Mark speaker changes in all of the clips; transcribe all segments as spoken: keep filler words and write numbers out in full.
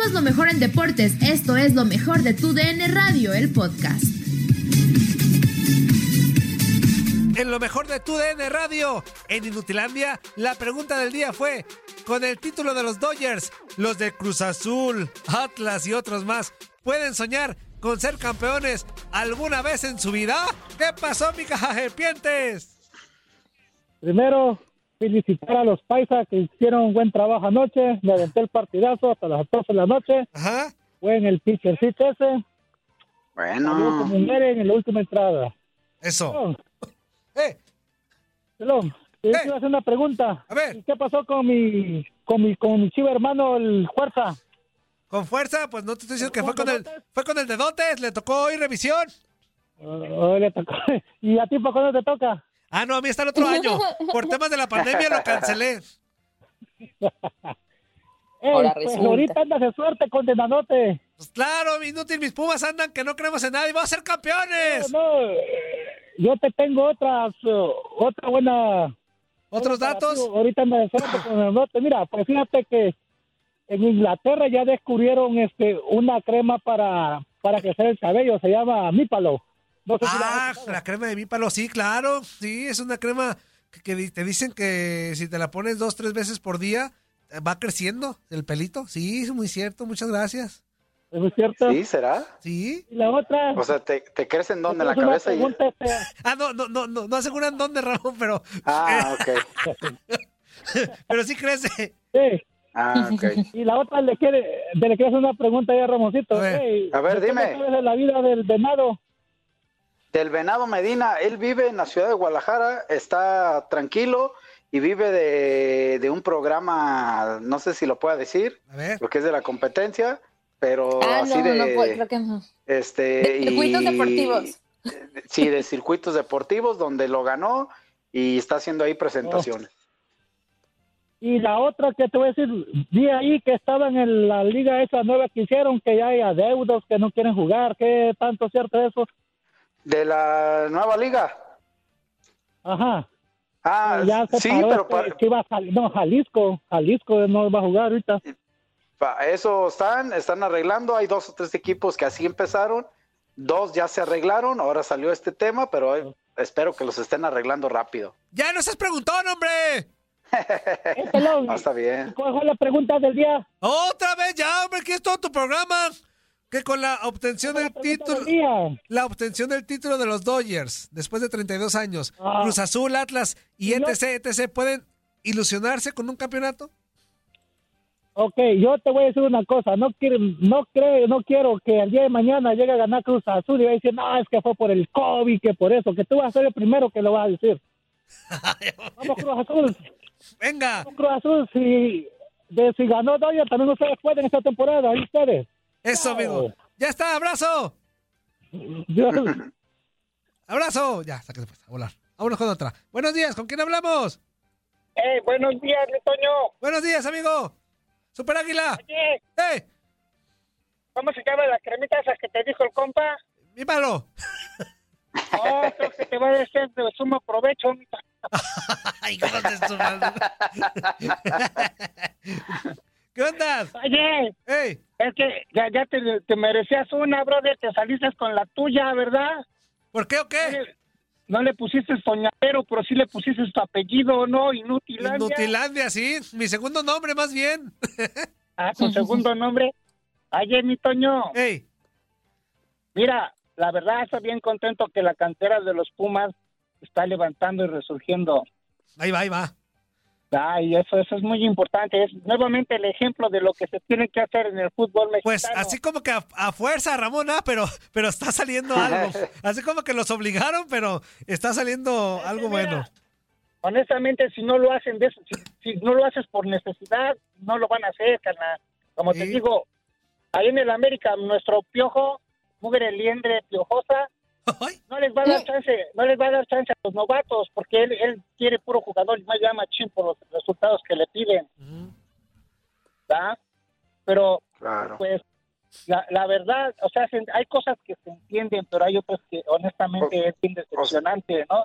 Speaker 1: Somos lo mejor en deportes. Esto es lo mejor de tu D N Radio, el podcast.
Speaker 2: En lo mejor de tu D N Radio, en Inutilandia, la pregunta del día fue: con el título de los Dodgers, los de Cruz Azul, Atlas y otros más, ¿pueden soñar con ser campeones alguna vez en su vida? ¿Qué pasó, mi cajaserpientes?
Speaker 3: Primero, felicitar a los paisas que hicieron un buen trabajo anoche. Me aventé el partidazo hasta las doce de la noche.
Speaker 2: Ajá.
Speaker 3: Fue en el pitchercito ese.
Speaker 4: Bueno.
Speaker 3: Salió como un Eren en la última entrada.
Speaker 2: Eso.
Speaker 3: Pelón,
Speaker 2: ¡Eh!
Speaker 3: Pelón, te
Speaker 2: Eh.
Speaker 3: quiero hacer una pregunta.
Speaker 2: A ver.
Speaker 3: ¿Y qué pasó con mi, con mi, con mi chivo hermano, el Fuerza?
Speaker 2: ¿Con fuerza? Pues no te estoy diciendo que fue con el, fue con el dedotes, le tocó hoy revisión.
Speaker 3: Uh, le tocó. ¿Y a ti por cuándo te toca?
Speaker 2: Ah, no, a mí está el otro año. Por temas de la pandemia lo cancelé.
Speaker 3: Ey,
Speaker 5: Ahora
Speaker 3: pues
Speaker 5: resulta.
Speaker 3: ahorita andas de suerte, condenanote.
Speaker 2: Pues claro, inútil, mis Pumas andan que no creemos en nadie. ¡Vamos a ser campeones!
Speaker 3: No, no, eh, yo te tengo otras, uh, otra buena...
Speaker 2: ¿Otros
Speaker 3: buena
Speaker 2: datos?
Speaker 3: para ti. Ahorita andas de suerte, condenanote. Mira, pues fíjate que en Inglaterra ya descubrieron este una crema para, para crecer el cabello. Se llama Mípalo. No sé si la has
Speaker 2: Ah,
Speaker 3: escuchado.
Speaker 2: la crema de Mípalo, sí, claro. Sí, es una crema que, que di- te dicen que si te la pones dos, tres veces por día, eh, va creciendo el pelito. Sí, es muy cierto, muchas gracias.
Speaker 3: ¿Es muy cierto?
Speaker 4: ¿Sí? ¿Será?
Speaker 2: Sí.
Speaker 3: Y la otra...
Speaker 4: O sea, ¿te, te crecen dónde? ¿En la
Speaker 3: es una
Speaker 4: cabeza? Y...
Speaker 3: pregunta, este,
Speaker 2: Ah, no, no, no, no, no aseguran dónde, Ramón, pero,
Speaker 4: Ah, ok.
Speaker 2: pero sí crece.
Speaker 3: sí.
Speaker 4: Ah, ok.
Speaker 3: Y la otra le quiere, le quiero hacer una pregunta ya a Ramoncito.
Speaker 2: A ver.
Speaker 3: Ey,
Speaker 4: A ver,
Speaker 3: ¿qué
Speaker 4: dime.
Speaker 3: sabes de la vida del venado?
Speaker 4: Del Venado Medina, él vive en la ciudad de Guadalajara, está tranquilo y vive de, de un programa, no sé si lo pueda decir,
Speaker 2: A ver.
Speaker 4: lo que es de la competencia, pero
Speaker 5: Ah,
Speaker 4: así
Speaker 5: no,
Speaker 4: de...
Speaker 5: no, puedo, creo que no.
Speaker 4: Este,
Speaker 5: De circuitos
Speaker 4: y-
Speaker 5: deportivos.
Speaker 4: Sí, de circuitos deportivos donde lo ganó y está haciendo ahí presentaciones.
Speaker 3: Y la otra que te voy a decir, vi ahí que estaban en la liga esa nueva que hicieron, que ya hay adeudos que no quieren jugar. ¿Qué tanto cierto es eso?
Speaker 4: De la nueva liga.
Speaker 3: Ajá.
Speaker 4: Ah,
Speaker 3: Ya se
Speaker 4: sí,
Speaker 3: paró
Speaker 4: pero
Speaker 3: este,
Speaker 4: para,
Speaker 3: que iba a Jal- no, Jalisco. Jalisco no va a jugar ahorita.
Speaker 4: para eso están, están arreglando. Hay dos o tres equipos que así empezaron. Dos ya se arreglaron. Ahora salió este tema, pero eh, espero que los estén arreglando rápido.
Speaker 2: ¡Ya no seas preguntón, hombre!
Speaker 3: Eh, pelón,
Speaker 4: No, está bien.
Speaker 3: ¿cuál fue la pregunta del día?
Speaker 2: ¡Otra vez ya, hombre! Aquí es todo tu programa. Que con la obtención del
Speaker 3: La pregunta
Speaker 2: título...
Speaker 3: del día.
Speaker 2: La obtención del título de los Dodgers, después de treinta y dos años,
Speaker 3: Ah.
Speaker 2: Cruz Azul, Atlas y
Speaker 3: Y yo-
Speaker 2: etc, etc, ¿pueden ilusionarse con un campeonato?
Speaker 3: Ok, yo te voy a decir una cosa, no quiero, no creo, no quiero que el día de mañana llegue a ganar Cruz Azul y va a decir, no, es que fue por el COVID, que por eso, que tú vas a ser el primero que lo vas a decir. Vamos Cruz Azul,
Speaker 2: Venga,
Speaker 3: vamos Cruz Azul, si, de, si ganó Dodgers, también ustedes pueden esta temporada, ahí ustedes.
Speaker 2: eso, amigo. Ya está, abrazo.
Speaker 3: Yo-
Speaker 2: Abrazo. Ya, sáquese pues, a volar. Vámonos con otra. Buenos días, ¿con quién hablamos?
Speaker 3: Hey, buenos días, mi Toño.
Speaker 2: Buenos días, amigo. Super Águila.
Speaker 3: Oye,
Speaker 2: ¡Eh!
Speaker 3: ¿cómo se llama la cremita esa que te dijo el compa?
Speaker 2: ¡Mi palo!
Speaker 3: Oh, creo que te va a ser de sumo provecho, mi ta-
Speaker 2: ¡Ay, cómo te su madre! ¿Qué onda?
Speaker 3: Oye,
Speaker 2: ¡Ey!
Speaker 3: es que ya, ya te, te merecías una, brother, te saliste con la tuya, ¿verdad?
Speaker 2: ¿Por qué o qué?
Speaker 3: No le pusiste soñadero, pero sí le pusiste tu apellido, ¿no? Inutilandia.
Speaker 2: Inutilandia, sí. Mi segundo nombre, más bien.
Speaker 3: Ah, tu segundo nombre. Oye, mi Toño,
Speaker 2: ¡Ey!
Speaker 3: mira, la verdad estoy bien contento que la cantera de los Pumas está levantando y resurgiendo.
Speaker 2: Ahí va, ahí va.
Speaker 3: Ay, eso, eso es muy importante. Es nuevamente el ejemplo de lo que se tiene que hacer en el fútbol mexicano.
Speaker 2: Pues así como que a, a fuerza, Ramón, ah, pero, pero está saliendo algo. Así como que los obligaron, pero está saliendo algo bueno.
Speaker 3: Honestamente, si no lo hacen de eso, si, si no lo haces por necesidad, no lo van a hacer, carnal. Como te
Speaker 2: Sí.
Speaker 3: digo, ahí en el América, nuestro piojo, mugre liendre piojosa,
Speaker 2: Ay,
Speaker 3: no les va a dar chance, no les va a dar chance a los novatos, porque él, él quiere puro jugador y más llama chin por los resultados que le piden,
Speaker 2: ujú.
Speaker 3: ¿verdad? Pero,
Speaker 4: Claro.
Speaker 3: pues, la, la verdad, o sea, se- hay cosas que se entienden, pero hay otras que honestamente es bien decepcionante, ¿no?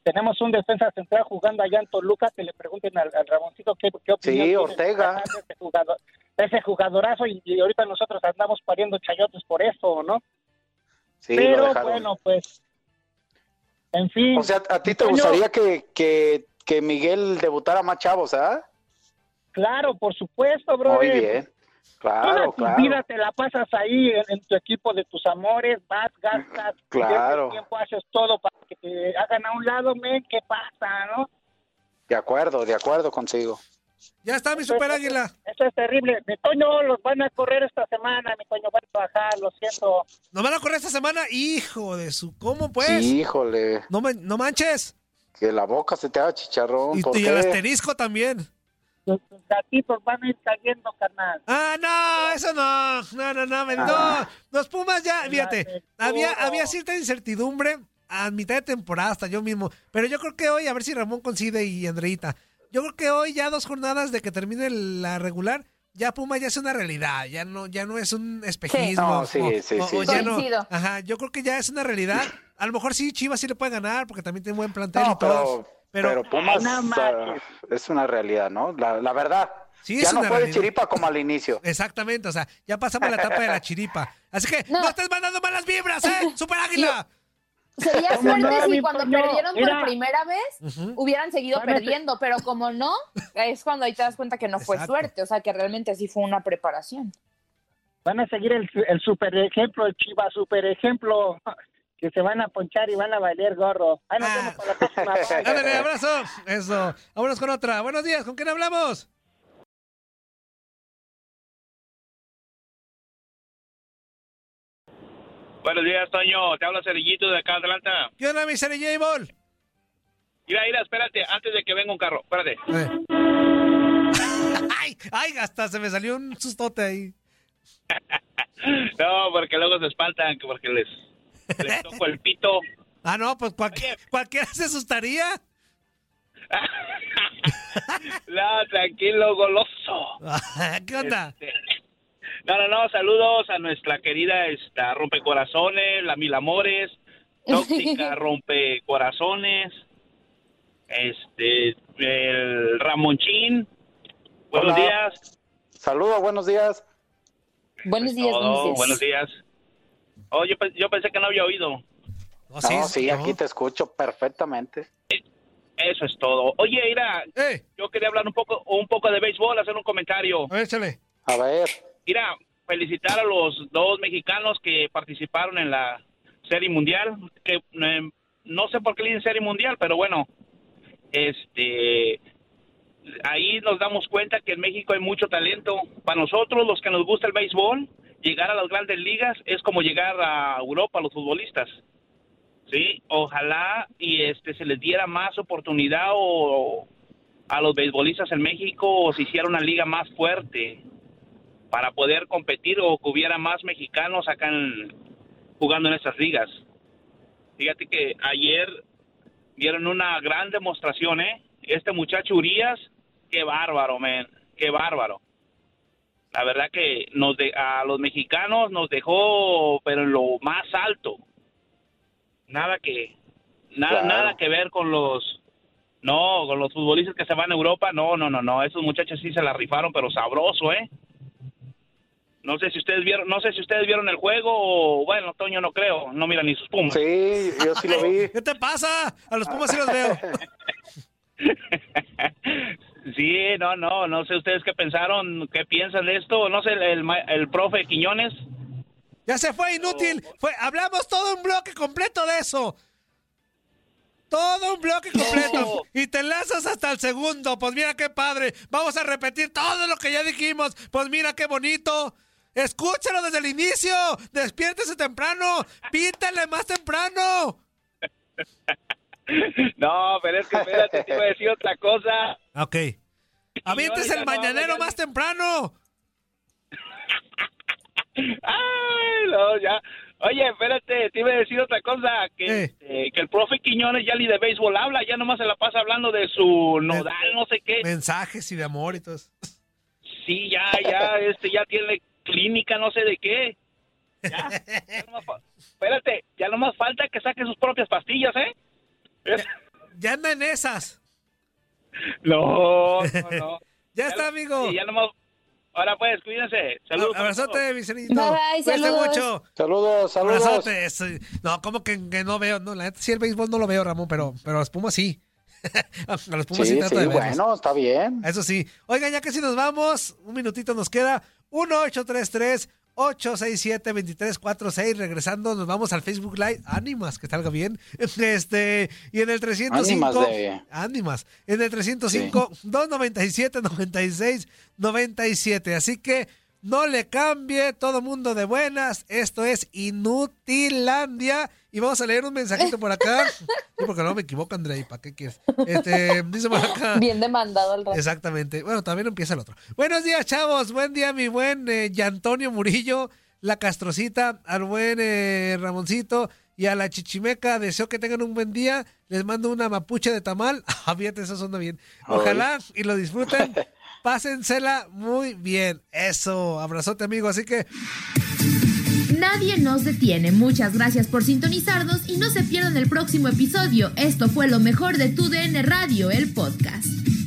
Speaker 3: tenemos un defensa central jugando allá en Toluca, que le pregunten al, al Ramoncito qué, qué opinión
Speaker 4: Sí,
Speaker 3: tiene
Speaker 4: Ortega.
Speaker 3: de ese, jugador, de ese jugadorazo, y, y ahorita nosotros andamos pariendo chayotes por eso, ¿no?
Speaker 4: Sí,
Speaker 3: Pero
Speaker 4: lo dejaron.
Speaker 3: bueno, pues, en fin.
Speaker 4: O sea, ¿a ti te
Speaker 3: Toño,
Speaker 4: gustaría que, que, que Miguel debutara más chavos, ah?
Speaker 3: Claro, por supuesto, bro.
Speaker 4: Muy bien. Claro,
Speaker 3: Toda tu
Speaker 4: claro.
Speaker 3: vida te la pasas ahí en, en tu equipo de tus amores, vas, gastas,
Speaker 4: Claro.
Speaker 3: tiempo, haces todo para que te hagan a un lado, men, ¿qué pasa, no?
Speaker 4: De acuerdo, de acuerdo consigo.
Speaker 2: Ya está mi
Speaker 3: Eso
Speaker 2: super
Speaker 3: es-
Speaker 2: águila.
Speaker 3: Eso es terrible. Mi Toño, los van a correr esta semana, mi Toño, van a bajar, lo siento.
Speaker 2: ¿Nos van a correr esta semana? Hijo de su... ¿Cómo pues?
Speaker 4: Sí, híjole,
Speaker 2: No, me- no manches.
Speaker 4: que la boca se te haga chicharrón.
Speaker 2: Y,
Speaker 4: ¿Por
Speaker 2: y
Speaker 4: qué?
Speaker 2: el asterisco también.
Speaker 3: Los gatitos van a ir cayendo, carnal.
Speaker 2: Ah, no, eso no. No, no, no. me-
Speaker 4: Ah.
Speaker 2: No, los Pumas ya, fíjate,
Speaker 3: Claro.
Speaker 2: había, había cierta incertidumbre a mitad de temporada, hasta yo mismo. Pero yo creo que hoy, a ver si Ramón coincide y Andreita. Yo creo que hoy, ya dos jornadas de que termine la regular, ya Puma ya es una realidad. Ya no, ya no es un espejismo.
Speaker 4: No, sí,
Speaker 2: o-
Speaker 4: sí,
Speaker 2: o-
Speaker 4: sí,
Speaker 2: o
Speaker 4: sí.
Speaker 2: ya no-
Speaker 5: Coincido.
Speaker 2: Ajá, yo creo que ya es una realidad. A lo mejor sí, Chivas sí le puede ganar, porque también tiene buen plantel
Speaker 4: No,
Speaker 2: y todo.
Speaker 4: pero,
Speaker 2: Pero,
Speaker 4: pero Pumas
Speaker 3: Ay, no
Speaker 4: ah,
Speaker 3: manches.
Speaker 4: es una realidad, ¿no? La, la verdad.
Speaker 2: Sí,
Speaker 4: ya
Speaker 2: es
Speaker 4: no
Speaker 2: una
Speaker 4: fue de
Speaker 2: realidad.
Speaker 4: chiripa como al inicio.
Speaker 2: Exactamente, o sea, ya pasamos la etapa de la chiripa. Así que no,
Speaker 5: No.
Speaker 2: estés mandando malas vibras, ¿eh? ¡Super Águila!
Speaker 5: Sería
Speaker 3: ¿Cómo no,
Speaker 5: suerte
Speaker 3: mi
Speaker 5: si cuando
Speaker 3: Toño?
Speaker 5: perdieron
Speaker 3: Mira.
Speaker 5: por primera vez
Speaker 2: Ujú.
Speaker 5: hubieran seguido
Speaker 3: Van a ser-
Speaker 5: perdiendo, pero como no, es cuando ahí te das cuenta que no fue
Speaker 2: Exacto.
Speaker 5: suerte, o sea, que realmente sí fue una preparación.
Speaker 3: Van a seguir el, el super ejemplo, el Chivas super ejemplo, que se van a ponchar y van a valer gorro. Ahí nos
Speaker 2: Ah.
Speaker 3: vemos para la próxima. Bye.
Speaker 2: Ándale, abrazo. Eso. Vámonos con otra. Buenos días, ¿con quién hablamos?
Speaker 6: Buenos días, Toño. Te habla Cerillito de acá, Atlanta.
Speaker 2: ¿Qué onda, mi Seri J-Ball?
Speaker 6: Mira, mira, espérate, antes de que venga un carro. Espérate.
Speaker 2: Eh. ay, ay, hasta se me salió un sustote ahí.
Speaker 6: No, porque luego se espantan, que porque les, les toco el pito.
Speaker 2: Ah, no, pues cualqui-
Speaker 6: Oye.
Speaker 2: cualquiera se asustaría.
Speaker 6: No, tranquilo, goloso.
Speaker 2: ¿Qué onda?
Speaker 6: Este, no, no, no, saludos a nuestra querida esta, Rompecorazones, la Mil Amores, Tóxica Rompecorazones, este, el Ramonchín. Buenos
Speaker 4: Hola.
Speaker 6: días.
Speaker 4: Saludos, buenos días.
Speaker 5: Buenos días,
Speaker 6: Todo,
Speaker 5: buenos días.
Speaker 6: buenos días. Oh, yo, pe- yo pensé que no había oído.
Speaker 2: No,
Speaker 4: No, sí,
Speaker 2: no.
Speaker 4: aquí te escucho perfectamente.
Speaker 6: Eso es todo. Oye, mira,
Speaker 2: ¡Ey!
Speaker 6: yo quería hablar un poco un poco de béisbol, hacer un comentario.
Speaker 2: A ver, échale.
Speaker 4: A ver,
Speaker 6: Mira, felicitar a los dos mexicanos que participaron en la Serie Mundial, que eh, no sé por qué le dicen Serie Mundial, pero bueno, este, ahí nos damos cuenta que en México hay mucho talento. Para nosotros, los que nos gusta el béisbol, llegar a las grandes ligas es como llegar a Europa a los futbolistas. Sí, ojalá y este se les diera más oportunidad o a los beisbolistas en México o se hiciera una liga más fuerte para poder competir o que hubiera más mexicanos acá en, jugando en esas ligas. Fíjate que ayer dieron una gran demostración, ¿eh? Este muchacho Urias, qué bárbaro, man, qué bárbaro. La verdad que nos de, a los mexicanos nos dejó, pero en lo más alto. Nada que, nada,
Speaker 4: Claro.
Speaker 6: nada que ver con los, no, con los futbolistas que se van a Europa. No, no, no, no. Esos muchachos sí se la rifaron, pero sabroso, ¿eh? No sé si ustedes vieron, no sé si ustedes vieron el juego o, bueno, Toño no creo, no mira ni sus Pumas.
Speaker 4: sí, yo sí lo vi.
Speaker 2: ¿Qué te pasa? A los Pumas sí los veo.
Speaker 6: Sí, no, no, no sé ustedes qué pensaron, qué piensan de esto. No sé, el, el, ma- el profe Quiñones.
Speaker 2: Ya se fue, inútil. Fue, hablamos todo un bloque completo de eso. Todo un bloque completo.
Speaker 6: No.
Speaker 2: Y te enlazas hasta el segundo. Pues mira qué padre. Vamos a repetir todo lo que ya dijimos. Pues mira qué bonito. Escúchalo desde el inicio. Despiértese temprano. Pítale más temprano.
Speaker 6: No, pero es que espérate, te iba a decir otra cosa.
Speaker 2: Ok. Avientes el
Speaker 6: no,
Speaker 2: mañanero
Speaker 6: no, ya-
Speaker 2: más temprano.
Speaker 6: Ay, no, ya. Oye, espérate, te iba a decir otra cosa, que,
Speaker 2: Eh.
Speaker 6: este, que el profe Quiñones ya ni de béisbol habla, ya nomás se la pasa hablando de su nodal, no sé qué.
Speaker 2: Mensajes y de amor y todo eso.
Speaker 6: Sí, ya, ya, este, ya tiene clínica, no sé de qué. Ya, ya nomás fa- espérate, ya nomás falta que saque sus propias pastillas, ¿eh? Es-
Speaker 2: Ya anda en esas.
Speaker 6: No, no, no.
Speaker 2: Ya está, amigo.
Speaker 6: Sí, ya nomás. Ahora pues, cuídense. Saludos.
Speaker 2: Abrazote, mi cenito.
Speaker 5: Bye, bye,
Speaker 2: Cuídense
Speaker 5: saludos.
Speaker 2: mucho.
Speaker 4: Saludos, saludos.
Speaker 2: Abrazote. Sí. No, como que, que no veo. No, la neta sí el béisbol no lo veo, Ramón, pero, pero a los Pumas sí. A los Pumas sí,
Speaker 4: Sí,
Speaker 2: trato
Speaker 4: sí,
Speaker 2: de verlos.
Speaker 4: bueno, está bien.
Speaker 2: Eso sí. Oigan, ya casi nos vamos. Un minutito nos queda. uno ocho tres tres ocho seis siete dos tres cuatro seis. Regresando, nos vamos al Facebook Live. Ánimas, que salga bien. Este, y en el trescientos cinco.
Speaker 4: Ánimas de...
Speaker 2: Ánimas. En el trescientos cinco, sí. dos noventa y siete, noventa y seis, noventa y siete. Así que no le cambie, todo mundo de buenas. Esto es Inutilandia. Y vamos a leer un mensajito por acá. Sí, porque no me equivoco, Andrei. ¿Para qué quieres? Este, dice por acá.
Speaker 5: Bien demandado el rato.
Speaker 2: Exactamente. Bueno, también empieza el otro. Buenos días, chavos. Buen día, mi buen eh, Yantonio Murillo, la Castrocita, al buen eh, Ramoncito y a la Chichimeca. Deseo que tengan un buen día. Les mando una mapuche de tamal. Ah, fíjate, eso suena bien. Ojalá y lo disfruten. Pásensela muy bien. Eso. Abrazote, amigo. Así que...
Speaker 1: Nadie nos detiene. Muchas gracias por sintonizarnos y no se pierdan el próximo episodio. Esto fue lo mejor de Tu D N Radio, el podcast.